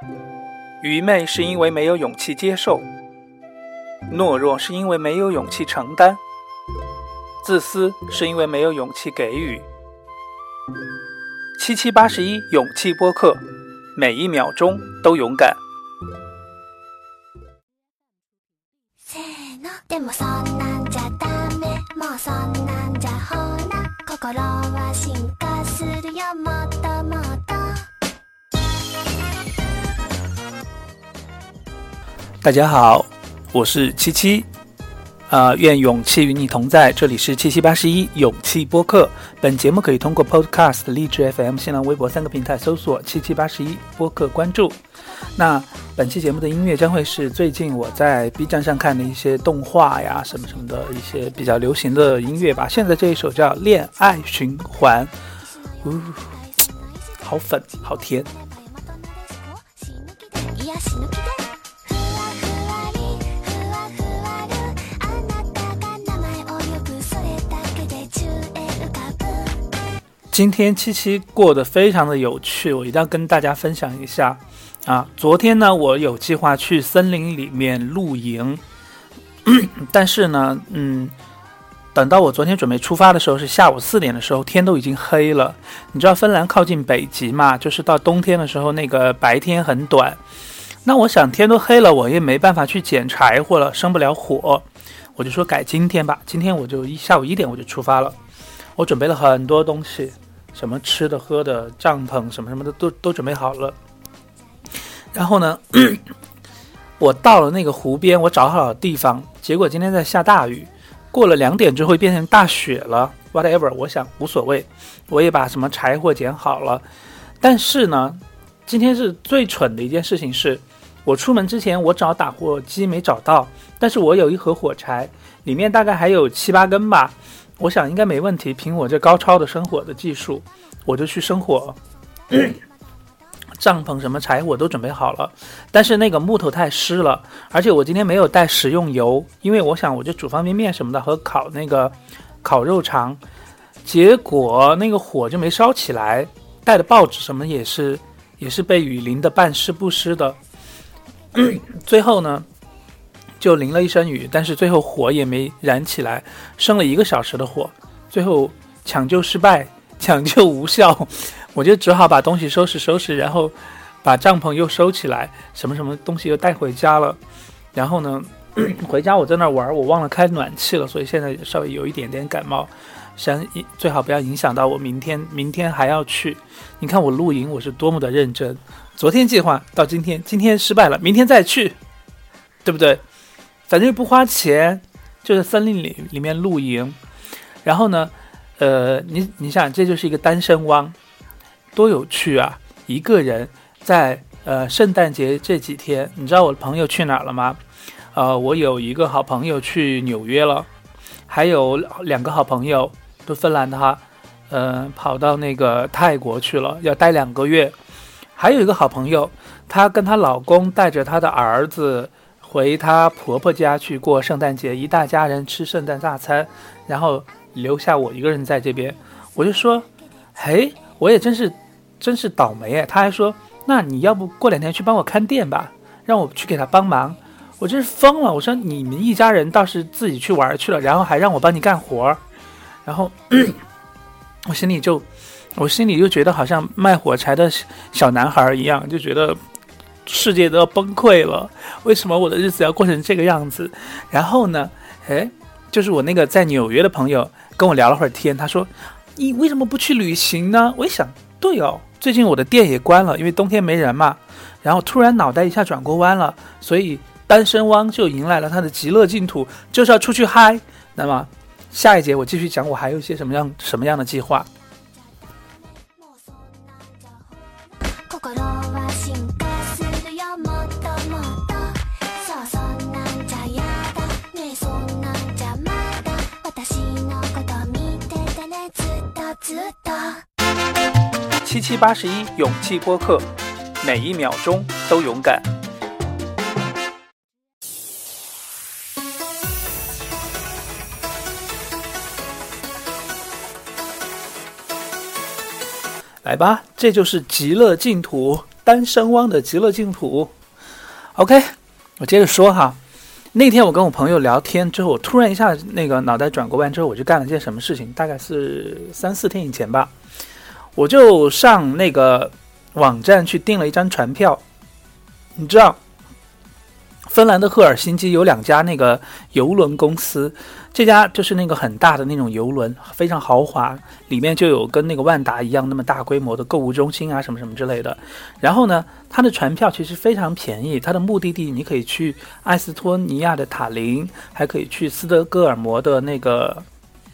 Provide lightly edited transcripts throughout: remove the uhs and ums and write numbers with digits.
愚昧是因为没有勇气接受，懦弱是因为没有勇气承担，自私是因为没有勇气给予。7781勇气播客，每一秒钟都勇敢。 でもそんなんじゃダメ、もうそんなんじゃほら、心は進化するよ、もっともっと。 大家好，我是77，愿勇气与你同在。这里是7781勇气播客。本节目可以通过 Podcast、荔枝 FM、新浪微博3个平台搜索7781播客关注。那本期节目的音乐将会是最近我在 B 站上看的一些动画呀什么什么的一些比较流行的音乐吧。现在这一首叫《恋爱循环》，好粉好甜。今天77过得非常的有趣，我一定要跟大家分享一下昨天呢我有计划去森林里面露营，但是呢等到我昨天准备出发的时候是下午4点的时候，天都已经黑了。你知道芬兰靠近北极嘛，就是到冬天的时候那个白天很短。那我想天都黑了，我也没办法去捡柴火了，生不了火，我就说改今天吧。今天我就下午1点我就出发了。我准备了很多东西，什么吃的喝的，帐篷什么什么的都准备好了。然后呢我到了那个湖边，我找好了地方，结果今天在下大雨，过了2点之后会变成大雪了 whatever， 我想无所谓，我也把什么柴火捡好了。但是呢今天是最蠢的一件事情是，我出门之前我找打火机没找到，但是我有一盒火柴，里面大概还有7、8根吧，我想应该没问题，凭我这高超的生火的技术，我就去生火帐篷什么柴火都准备好了。但是那个木头太湿了，而且我今天没有带食用油，因为我想我就煮方便面什么的和烤那个烤肉肠，结果那个火就没烧起来，带的报纸什么也是被雨淋的半湿不湿的最后呢就淋了一身雨，但是最后火也没燃起来，生了1个小时的火，最后抢救失败，抢救无效，我就只好把东西收拾，然后把帐篷又收起来，什么什么东西又带回家了。然后呢回家我在那玩，我忘了开暖气了，所以现在稍微有一点点感冒，最好不要影响到我明天还要去。你看我露营我是多么的认真，昨天计划到今天失败了，明天再去，对不对？反正不花钱，就是森林里面露营。然后呢你想这就是一个单身汪，多有趣啊！一个人在圣诞节这几天，你知道我的朋友去哪儿了吗？我有一个好朋友去纽约了，还有2个好朋友都芬兰的哈，跑到那个泰国去了，要待2个月。还有一个好朋友，她跟她老公带着她的儿子回她婆婆家去过圣诞节，一大家人吃圣诞大餐，然后留下我一个人在这边。我就说嘿，我也真是倒霉哎。他还说那你要不过2天去帮我看店吧，让我去给他帮忙。我真是疯了，我说你们一家人倒是自己去玩去了，然后还让我帮你干活。然后我心里就觉得好像卖火柴的小男孩一样，就觉得世界都要崩溃了，为什么我的日子要过成这个样子？然后呢就是我那个在纽约的朋友跟我聊了会儿天，他说你为什么不去旅行呢？我一想对哦，最近我的店也关了，因为冬天没人嘛。然后突然脑袋一下转过弯了，所以单身汪就迎来了他的极乐净土，就是要出去嗨。那么下一节我继续讲我还有一些什么样的计划。7781勇气播客，每一秒钟都勇敢。来吧，这就是极乐净土， 单身汪的极乐净土。 OK， 我接着说哈。那天我跟我朋友聊天之后，我突然一下那个脑袋转过弯之后，我就干了件什么事情，大概是3-4天以前吧，我就上那个网站去订了一张船票。你知道芬兰的赫尔辛基有2家那个邮轮公司，这家就是那个很大的那种邮轮，非常豪华，里面就有跟那个万达一样那么大规模的购物中心啊什么什么之类的。然后呢，它的船票其实非常便宜，它的目的地你可以去埃斯托尼亚的塔林，还可以去斯德哥尔摩的那个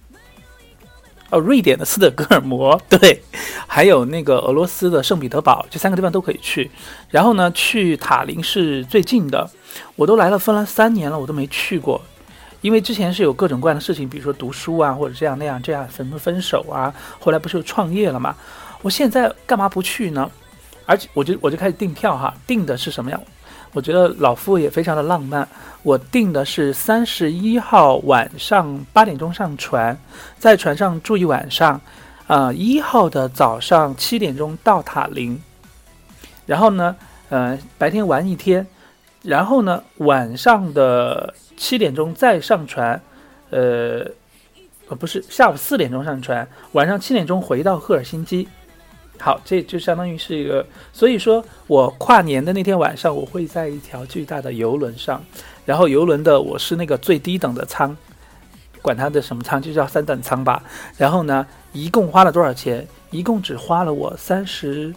瑞典的斯德哥尔摩，对，还有那个俄罗斯的圣彼得堡，这3个地方都可以去。然后呢，去塔林是最近的，我都来了芬兰3年了，我都没去过，因为之前是有各种各样的事情，比如说读书啊，或者这样那样这样，分手啊，后来不是又创业了嘛？我现在干嘛不去呢？而且我就开始订票哈，订的是什么样？我觉得老夫也非常的浪漫，我订的是31号晚上8点钟上船，在船上住1晚上，1号的早上7点钟到塔林，然后呢，白天玩1天，然后呢晚上的7点钟再上船，不是下午4点钟上船，晚上7点钟回到赫尔辛基。好，这就相当于是一个，所以说我跨年的那天晚上，我会在一条巨大的邮轮上，然后邮轮的我是那个最低等的舱，管它的什么舱，就叫3等舱吧。然后呢，一共花了多少钱？一共只花了我35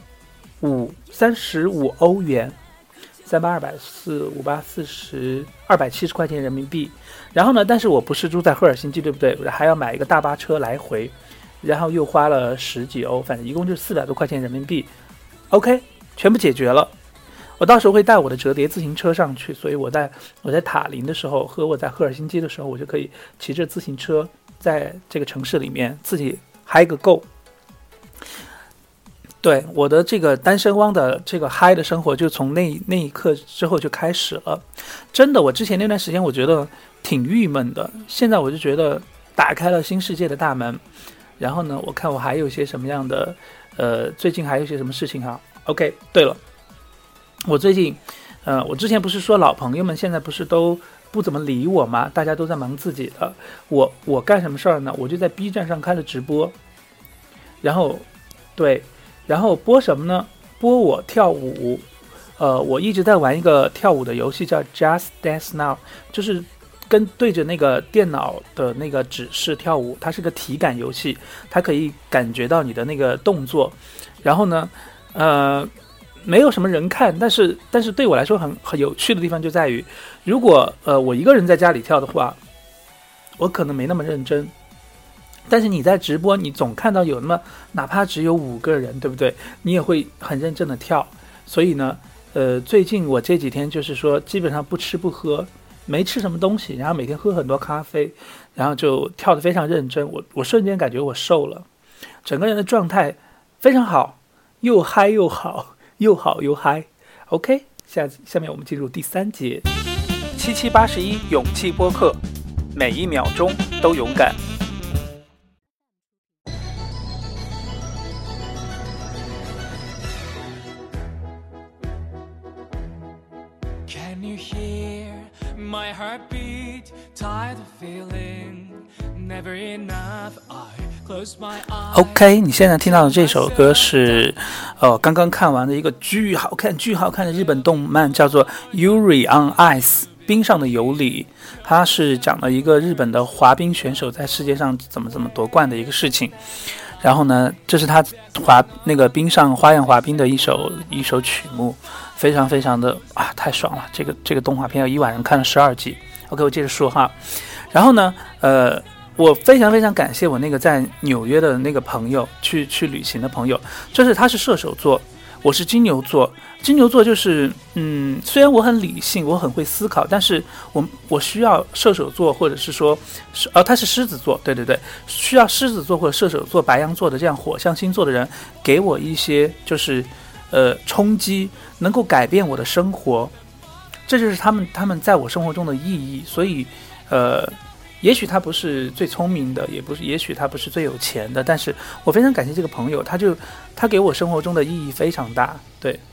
欧元，382405840，270块钱人民币。然后呢，但是我不是住在赫尔辛基，对不对？还要买一个大巴车来回。然后又花了10几欧，反正一共就400多块钱人民币。OK， 全部解决了。我到时候会带我的折叠自行车上去，所以我在塔林的时候和我在赫尔辛基的时候，我就可以骑着自行车在这个城市里面自己嗨个够。对，我的这个单身汪的这个嗨的生活就从那一刻之后就开始了。真的，我之前那段时间我觉得挺郁闷的，现在我就觉得打开了新世界的大门。然后呢，我看我还有一些什么样的，最近还有一些什么事情哈。OK， 对了，我最近，我之前不是说老朋友们现在不是都不怎么理我吗？大家都在忙自己的。我干什么事儿呢？我就在 B 站上开了直播，然后播什么呢？播我跳舞。我一直在玩一个跳舞的游戏叫 Just Dance Now， 就是跟对着那个电脑的那个指示跳舞，它是个体感游戏，它可以感觉到你的那个动作。然后呢，没有什么人看，但是对我来说很有趣的地方就在于，如果我一个人在家里跳的话，我可能没那么认真。但是你在直播，你总看到有那么哪怕只有5个人，对不对？你也会很认真的跳。所以呢，最近我这几天就是说，基本上不吃不喝。没吃什么东西，然后每天喝很多咖啡，然后就跳得非常认真。我瞬间感觉我瘦了，整个人的状态非常好，又嗨又好，又好又嗨。OK， 下面我们进入第3节，7781勇气播客，每一秒钟都勇敢。 Can you hear my heartbeat? Tired of feeling never enough. I close my eyes. OK， 你现在听到的这首歌是刚刚看完的一个巨好看的日本动漫，叫做 Yuri on Ice， 冰上的尤里。它是讲了一个日本的滑冰选手在世界上怎么夺冠的一个事情。然后呢，这是他那个冰上花样滑冰的一首曲目，非常非常的太爽了！这个动画片有1晚上看了12集。OK， 我接着说哈。然后呢，我非常非常感谢我那个在纽约的那个朋友，去旅行的朋友，就是他是射手座，我是金牛座。金牛座就是，虽然我很理性，我很会思考，但是我需要射手座，或者是说，他是狮子座，对，需要狮子座或者射手座、白羊座的这样火象星座的人，给我一些就是冲击，能够改变我的生活，这就是他们在我生活中的意义。所以，也许他不是最聪明的，也许他不是最有钱的，但是我非常感谢这个朋友，他给我生活中的意义非常大，对。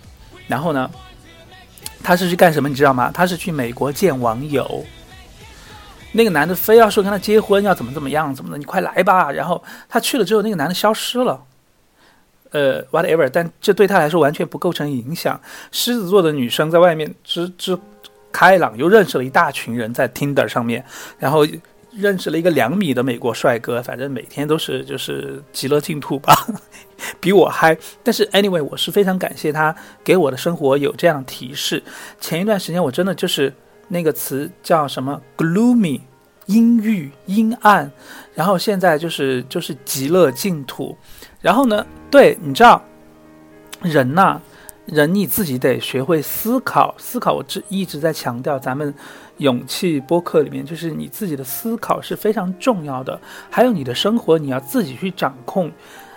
然后呢，他是去干什么你知道吗？他是去美国见网友。那个男的非要说跟他结婚，要怎么样怎么的，你快来吧。然后他去了之后，那个男的消失了。whatever， 但这对他来说完全不构成影响。狮子座的女生在外面之开朗，又认识了一大群人在 Tinder 上面，然后认识了一个2米的美国帅哥，反正每天都是就是极乐净土吧，比我嗨。但是 anyway， 我是非常感谢他给我的生活有这样提示。前一段时间我真的就是那个词叫什么 gloomy， 阴郁阴暗，然后现在就是极乐净土。然后呢，对，你知道人呐，人你自己得学会思考。我一直在强调，咱们勇气播客里面，就是你自己的思考是非常重要的。还有你的生活，你要自己去掌控。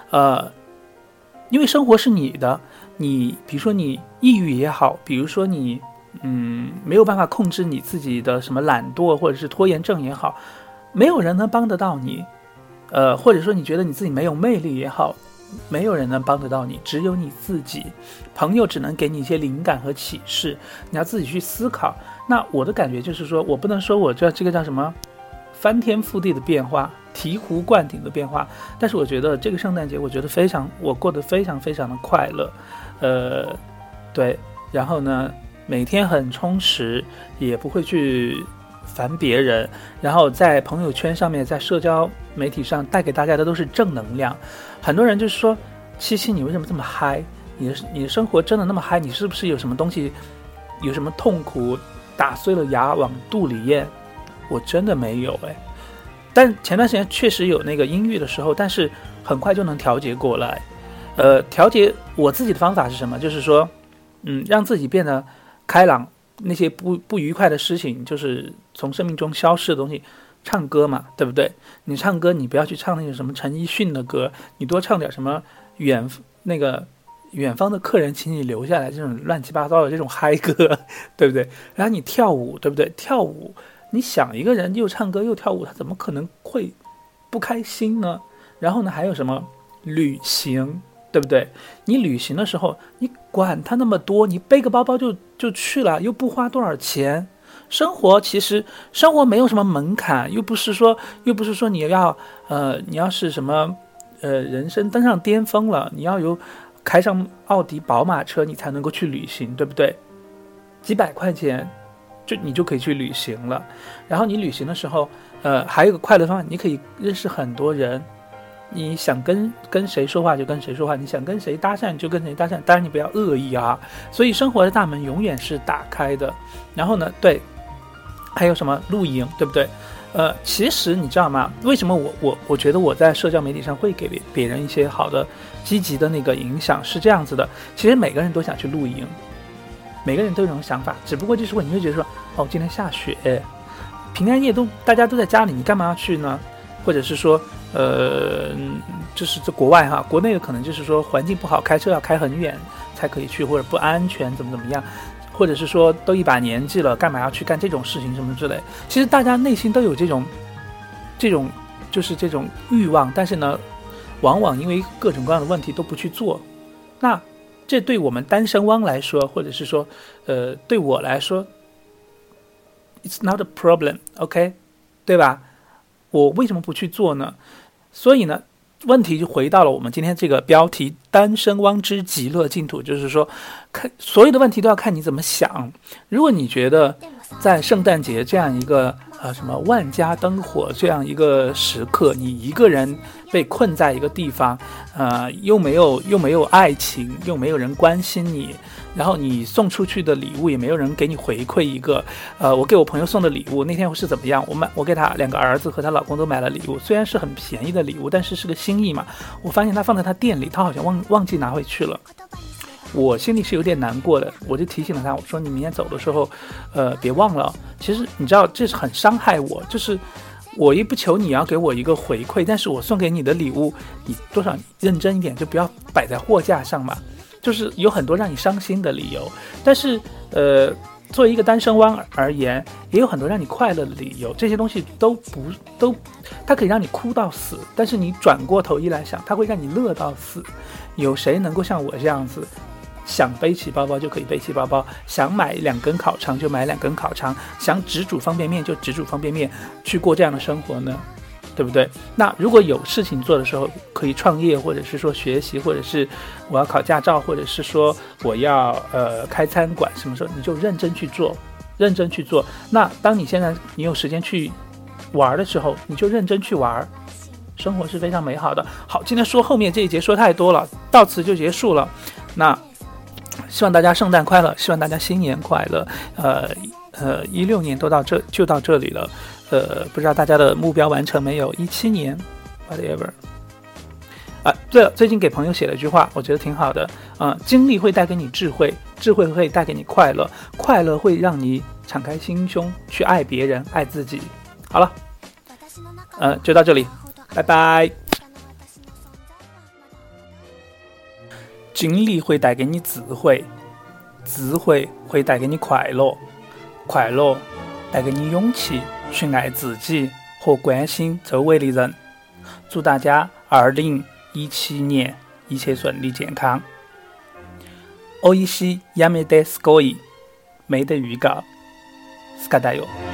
因为生活是你的，你比如说你抑郁也好，比如说你没有办法控制你自己的什么懒惰或者是拖延症也好，没有人能帮得到你。或者说你觉得你自己没有魅力也好，没有人能帮得到你，只有你自己。朋友只能给你一些灵感和启示，你要自己去思考。那我的感觉就是说，我不能说我这个叫什么翻天覆地的变化，醍醐灌顶的变化，但是我觉得这个圣诞节我过得非常非常的快乐。对，然后呢每天很充实，也不会去烦别人，然后在朋友圈上面，在社交媒体上带给大家的都是正能量。很多人就是说，七七你为什么这么嗨？你的生活真的那么嗨？你是不是有什么东西，有什么痛苦打碎了牙往肚里咽？我真的没有但前段时间确实有那个阴郁的时候，但是很快就能调节过来。调节我自己的方法是什么？就是说让自己变得开朗，那些不愉快的事情就是从生命中消失的东西。唱歌嘛，对不对？你唱歌你不要去唱那种什么陈奕迅的歌，你多唱点什么远方的客人请你留下来，这种乱七八糟的这种嗨歌，对不对？然后你跳舞，对不对？跳舞，你想一个人又唱歌又跳舞，他怎么可能会不开心呢？然后呢，还有什么旅行，对不对？你旅行的时候，你管他那么多，你背个包包就去了，又不花多少钱。生活没有什么门槛，又不是说你要是什么人生登上巅峰了，你要有开上奥迪宝马车你才能够去旅行，对不对？几百块钱你就可以去旅行了。然后你旅行的时候还有一个快乐方法，你可以认识很多人，你想跟谁说话就跟谁说话，你想跟谁搭讪就跟谁搭讪，当然你不要恶意啊。所以生活的大门永远是打开的。然后呢，对，还有什么露营，对不对？其实你知道吗？为什么我觉得我在社交媒体上会给别人一些好的积极的那个影响？是这样子的，其实每个人都想去露营，每个人都有这种想法，只不过就是说你会觉得说，哦，今天下雪，平安夜大家都在家里，你干嘛要去呢？或者是说就是这国外哈，国内的可能就是说环境不好，开车要开很远才可以去，或者不安全怎么样，或者是说都一把年纪了，干嘛要去干这种事情什么之类。其实大家内心都有这种就是这种欲望，但是呢往往因为各种各样的问题都不去做。那这对我们单身汪来说，或者是说对我来说 it's not a problem， OK， 对吧？我为什么不去做呢？所以呢问题就回到了我们今天这个标题，单身汪之极乐净土，就是说所有的问题都要看你怎么想。如果你觉得在圣诞节这样一个什么万家灯火这样一个时刻，你一个人被困在一个地方，又没有爱情，又没有人关心你，然后你送出去的礼物也没有人给你回馈一个。我给我朋友送的礼物那天是怎么样？我给他2个儿子和他老公都买了礼物，虽然是很便宜的礼物，但是是个心意嘛。我发现他放在他店里，他好像忘记拿回去了。我心里是有点难过的，我就提醒了他，我说你明天走的时候别忘了。其实你知道这是很伤害我，就是我也不求你要给我一个回馈，但是我送给你的礼物你多少认真一点，就不要摆在货架上嘛。就是有很多让你伤心的理由，但是作为一个单身汪而言，也有很多让你快乐的理由。这些东西它可以让你哭到死，但是你转过头一来想，它会让你乐到死。有谁能够像我这样子想背起包包就可以背起包包，想买2根烤肠就买2根烤肠，想只煮方便面就只煮方便面，去过这样的生活呢？对不对？那如果有事情做的时候，可以创业，或者是说学习，或者是我要考驾照，或者是说我要开餐馆，什么时候你就认真去做，认真去做。那当你现在你有时间去玩的时候，你就认真去玩，生活是非常美好的。好，今天说后面这一节说太多了，到此就结束了。那希望大家圣诞快乐，希望大家新年快乐。16年就到这里了。不知道大家的目标完成没有？17年 whatever。对了，最近给朋友写了一句话，我觉得挺好的。经历会带给你智慧，智慧会带给你快乐，快乐会让你敞开心胸去爱别人，爱自己。好了，就到这里，拜拜。经历会带给你智慧，智慧会带给你快乐，快乐带给你勇气去爱自己和关心周围的人。祝大家2017年一切顺利健康。美味しいやめですごい没得预告，スカダよ。